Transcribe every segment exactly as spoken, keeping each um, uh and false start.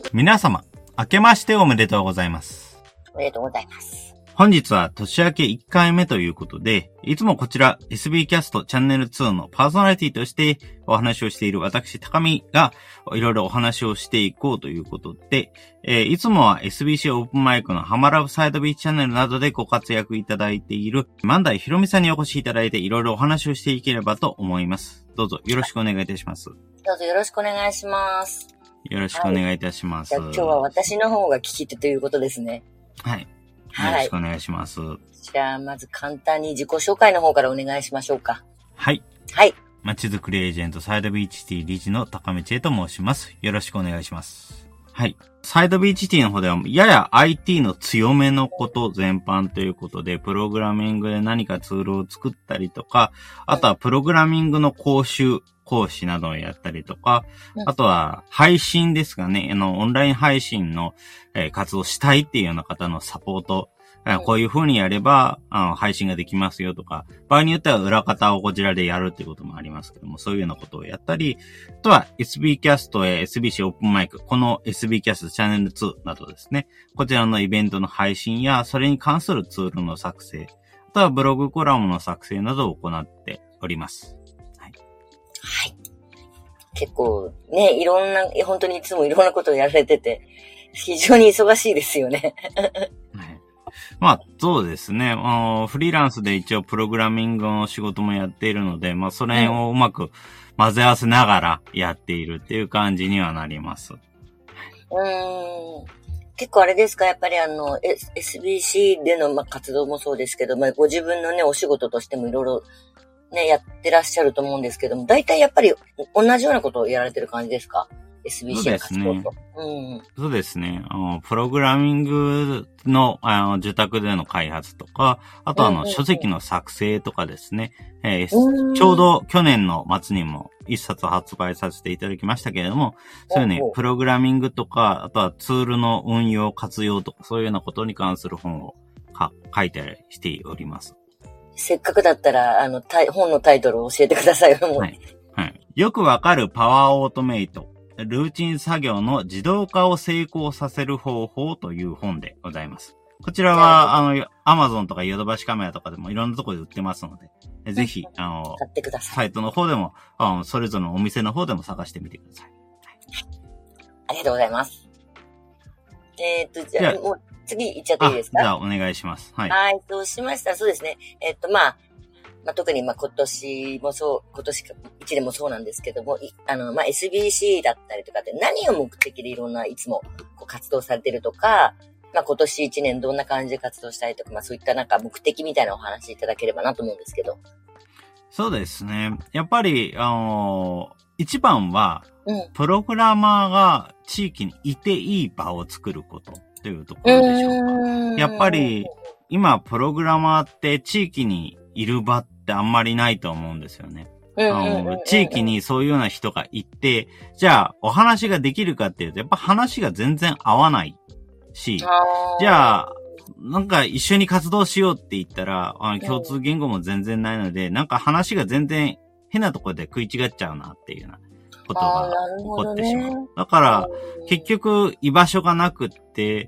皆様、明けましておめでとうございます。 おめでとうございます。 本日は年明けいっかいめということで、いつもこちら エスビー キャストチャンネルツーのパーソナリティとしてお話をしている私、高見がいろいろお話をしていこうということで、えー、いつもは エスビーシー オープンマイクのハマラブサイドビーチチャンネルなどでご活躍いただいている万代ひろみさんにお越しいただいていろいろお話をしていければと思います。どうぞよろしくお願いいたします。 どうぞよろしくお願いします。 よろしくお願いいたします。 はい、じゃあ今日は私の方が聞き手ということですね。 はい。よろしくお願いします。はい、 じゃあまず簡単に自己紹介の方からお願いしましょうか。 はい。 はい。 まちづくりエージェントサイドビーチシティ理事の高道恵と申します。よろしくお願いします。はい。サイドビーチシティの方ではやや アイティー の強めのこと全般ということで、プログラミングで何かツールを作ったりとか、あとはプログラミングの講習、講師などをやったりとか、あとは配信ですかね、あの、オンライン配信の、えー、活動したいっていうような方のサポート、こういう風にやればあの配信ができますよとか、場合によっては裏方をこちらでやるっていうこともありますけども、そういうようなことをやったり、あとは エスビー キャストや エスビーシー オープンマイク、この エスビー キャストチャンネルツーなどですね、こちらのイベントの配信や、それに関するツールの作成、あとはブログコラムの作成などを行っております。はい。 はい。結構ね、いろんな、本当にいつもいろんなことをやられてて、非常に忙しいですよね。 はい。まあ、そうですね。あのフリーランスで一応プログラミングの仕事もやっているので、まあ、その辺をうまく混ぜ合わせながらやっているっていう感じにはなります。 うーん。結構あれですか、やっぱりあの、エスビーシー での、まあ、活動もそうですけど、まあ、ご自分のね、お仕事としてもいろいろね、やってらっしゃると思うんですけども、大体やっぱり同じようなことをやられてる感じですか？ エスビーシー の活動と。そうですね。うん、 そうですね。あの、プログラミングの、あの、受託での開発とか、あとあの、うんうんうん、書籍の作成とかですね。えー、ちょうど去年の末にも一冊発売させていただきましたけれども、そういうね、プログラミングとか、あとはツールの運用、活用とか、そういうようなことに関する本をか書いたりしております。 せっかくだったら、あの、本のタイトルを教えてください。はい。 はい。よくわかるパワーオートメイト。ルーチン作業の自動化を成功させる方法という本でございます。こちらは、あの、アマゾンとかヨドバシカメラとかでもいろんなところで売ってますので、ぜひ、あの、 買ってください。 サイトの方でも、あのそれぞれのお店の方でも探してみてください。はい。 ありがとうございます。えー、っと、じゃあ、もう次行っちゃっていいですか？ じゃあ、お願いします。はい。 はい、そうしましたら、そうですね。えー、っと、まあ、まあ、特にまあ今年もそう、今年いちねんもそうなんですけども、あの、まあ、エスビーシー だったりとかって何を目的でいろんないつもこう活動されてるとか、まあ、今年いちねんどんな感じで活動したいとか、まあ、そういったなんか目的みたいなお話いただければなと思うんですけど。 そうですね。やっぱり、あのー、一番は、うん、プログラマーが地域にいていい場を作ることというところでしょうか。やっぱり、今、プログラマーって地域にいる場ってあんまりないと思うんですよね。あの、地域にそういうような人がいて、じゃあお話ができるかっていうと、やっぱ話が全然合わないし、じゃあ、なんか一緒に活動しようって言ったら、あの共通言語も全然ないので、なんか話が全然変なところで食い違っちゃうなっていうようなことが起こってしまう。ね、だから、結局居場所がなくって、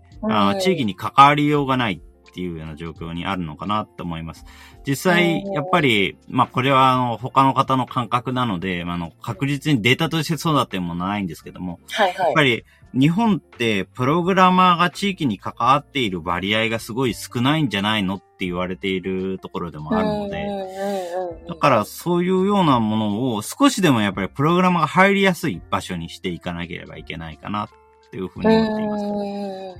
あの地域に関わりようがないっていうような状況にあるのかなと思います。実際、やっぱり、まあ、これは、あの、他の方の感覚なので、あの、確実にデータとしてそうだっていうものはないんですけども、 はいはい。 やっぱり、日本って、プログラマーが地域に関わっている割合がすごい少ないんじゃないのって言われているところでもあるので、だから、そういうようなものを、少しでもやっぱり、プログラマーが入りやすい場所にしていかなければいけないかな、っていうふうに思っています。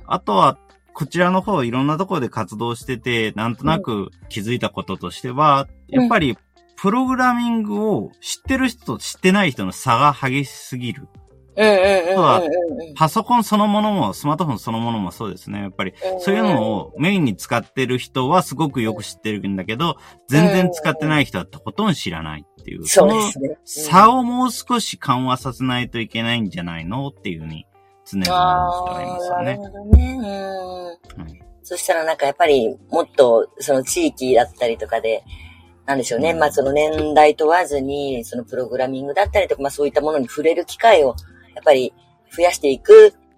あとは、こちらの方いろんなところで活動してて、なんとなく気づいたこととしては、うん、やっぱりプログラミングを知ってる人と知ってない人の差が激しすぎる。 うんうんうんうんうん、 はパソコンそのものもスマートフォンそのものもそうですね。やっぱりそういうのをメインに使ってる人はすごくよく知ってるんだけど、全然使ってない人はとことん知らないっていう。 そうですね。 その差をもう少し緩和させないといけないんじゃないのっていうふうに。常々思っておりますよね。 なるほどね。うん、はい。そしたらなんかやっぱりもっとその地域だったりとかで、なんでしょうね。うん、まあその年代問わずに、そのプログラミングだったりとか、まあそういったものに触れる機会をやっぱり増やしていく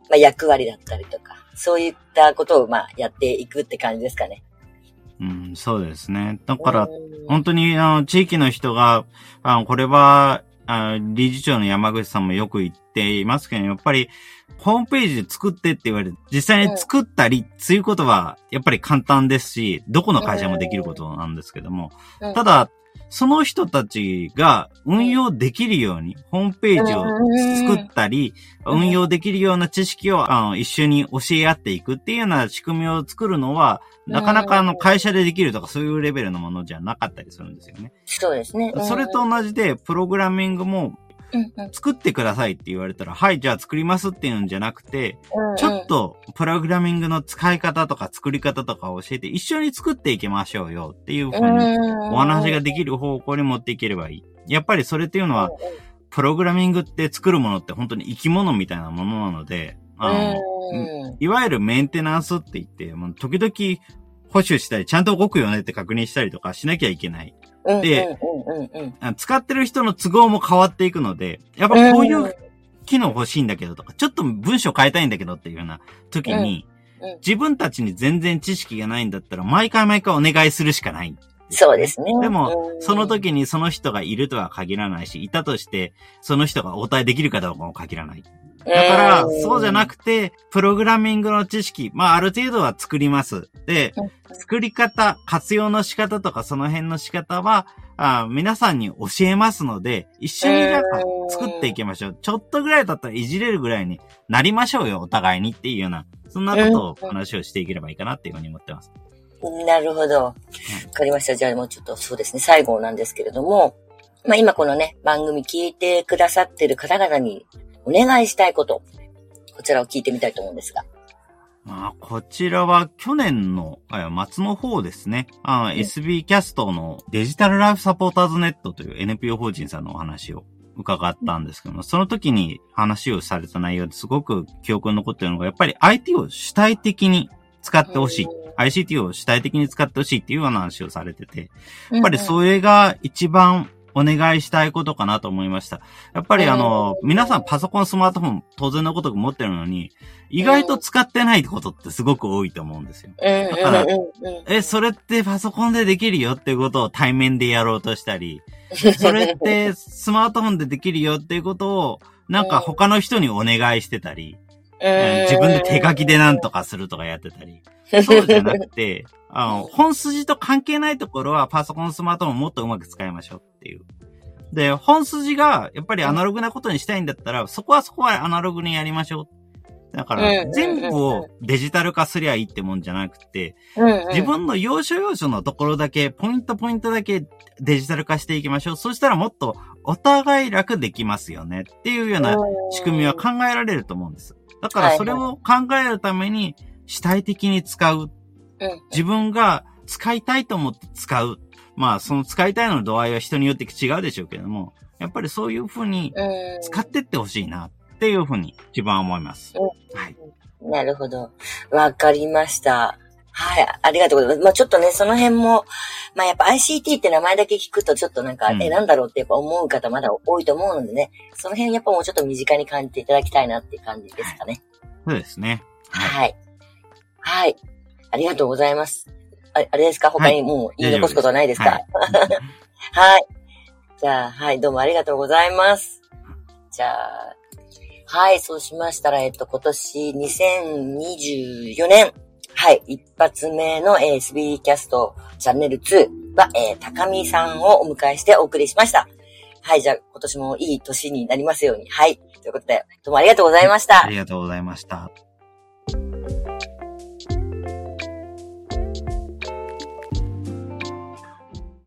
まあ、役割だったりとか、そういったことを、まあ、やっていくって感じですかね。 うん、そうですね。だから、本当に、あの、地域の人が、あの、これは、あ理事長の山口さんもよく言っていますけど、やっぱり、ホームページで作ってって言われて、実際に作ったりっていうことは、やっぱり簡単ですし、どこの会社もできることなんですけども、ただ、その人たちが運用できるように、ホームページを作ったり、運用できるような知識をあの一緒に教え合っていくっていうような仕組みを作るのは、なかなかあの会社でできるとかそういうレベルのものじゃなかったりするんですよね。 そうですね。 それと同じで、プログラミングも、作ってくださいって言われたら、はい、じゃあ作りますっていうんじゃなくて、ちょっとプログラミングの使い方とか作り方とかを教えて一緒に作っていきましょうよっていうふうにお話ができる方向に持っていければいい。やっぱりそれっていうのは、プログラミングって作るものって本当に生き物みたいなものなので、あの、いわゆるメンテナンスって言って、もう時々保守したり、ちゃんと動くよねって確認したりとかしなきゃいけない。で、使ってる人の都合も変わっていくので、やっぱこういう機能欲しいんだけどとか、ちょっと文章変えたいんだけどっていうような時に、自分たちに全然知識がないんだったら、毎回毎回お願いするしかない。 そうですね。 でも、その時にその人がいるとは限らないし、いたとして、その人が応対できるかどうかも限らない。だから、そうじゃなくて、プログラミングの知識、まあ、ある程度は作ります。で、作り方、活用の仕方とかその辺の仕方は、あ皆さんに教えますので、一緒になんか作っていきましょう。ちょっとぐらいだったらいじれるぐらいになりましょうよ、お互いにっていうような、そんなことを話をしていければいいかなっていうふうに思ってます。 なるほど。わかりました。じゃあもうちょっとそうですね、最後なんですけれども、まあ今このね、番組聞いてくださってる方々にお願いしたいこと、こちらを聞いてみたいと思うんですが。 まあ、こちらは去年の末の方ですね。あ、うん、エスビー キャストのデジタルライフサポーターズネットという エヌピーオー 法人さんのお話を伺ったんですけども、その時に話をされた内容ですごく記憶に残っているのが、やっぱり アイティー を主体的に使ってほしい。アイシーティー を主体的に使ってほしいっていうような話をされてて、やっぱりそれが一番お願いしたいことかなと思いました。やっぱりあの、皆さんパソコン、スマートフォン当然のことく持ってるのに、意外と使ってないことってすごく多いと思うんですよ。だから、え、それってパソコンでできるよっていうことを対面でやろうとしたり、それってスマートフォンでできるよっていうことを、なんか他の人にお願いしてたり、自分で手書きでなんとかするとかやってたり、そうじゃなくて、あの、本筋と関係ないところはパソコン、スマートフォンもっとうまく使いましょうっていう。で、本筋がやっぱりアナログなことにしたいんだったら、そこはそこはアナログにやりましょう。だから、全部をデジタル化すりゃいいってもんじゃなくて、自分の要所要所のところだけ、ポイントポイントだけデジタル化していきましょう。そしたらもっとお互い楽できますよねっていうような仕組みは考えられると思うんです。だからそれを考えるために主体的に使う。自分が使いたいと思って使う。まあその使いたいの度合いは人によって違うでしょうけども、やっぱりそういうふうに使ってってほしいなっていうふうに自分は思います。はい。 なるほど。わかりました。はい。ありがとうございます。まあちょっとね、その辺も、まあやっぱ アイシーティー って名前だけ聞くとちょっとなんか、うん、え、なんだろうってやっぱ思う方まだ多いと思うのでね、その辺やっぱもうちょっと身近に感じていただきたいなっていう感じですかね。 そうですね。 はい。はい。はい、ありがとうございます。あ, あれですか他にもう言い残すことはないですか、はい、はい。じゃあ、はい、どうもありがとうございます。じゃあ、はい、そうしましたら、えっと、今年にせんにじゅうよねん、はい、一発目の エスビー キャストチャンネルツーは、えー、高見さんをお迎えしてお送りしました。はい、じゃあ、今年もいい年になりますように。はい、ということで、どうもありがとうございました。 ありがとうございました。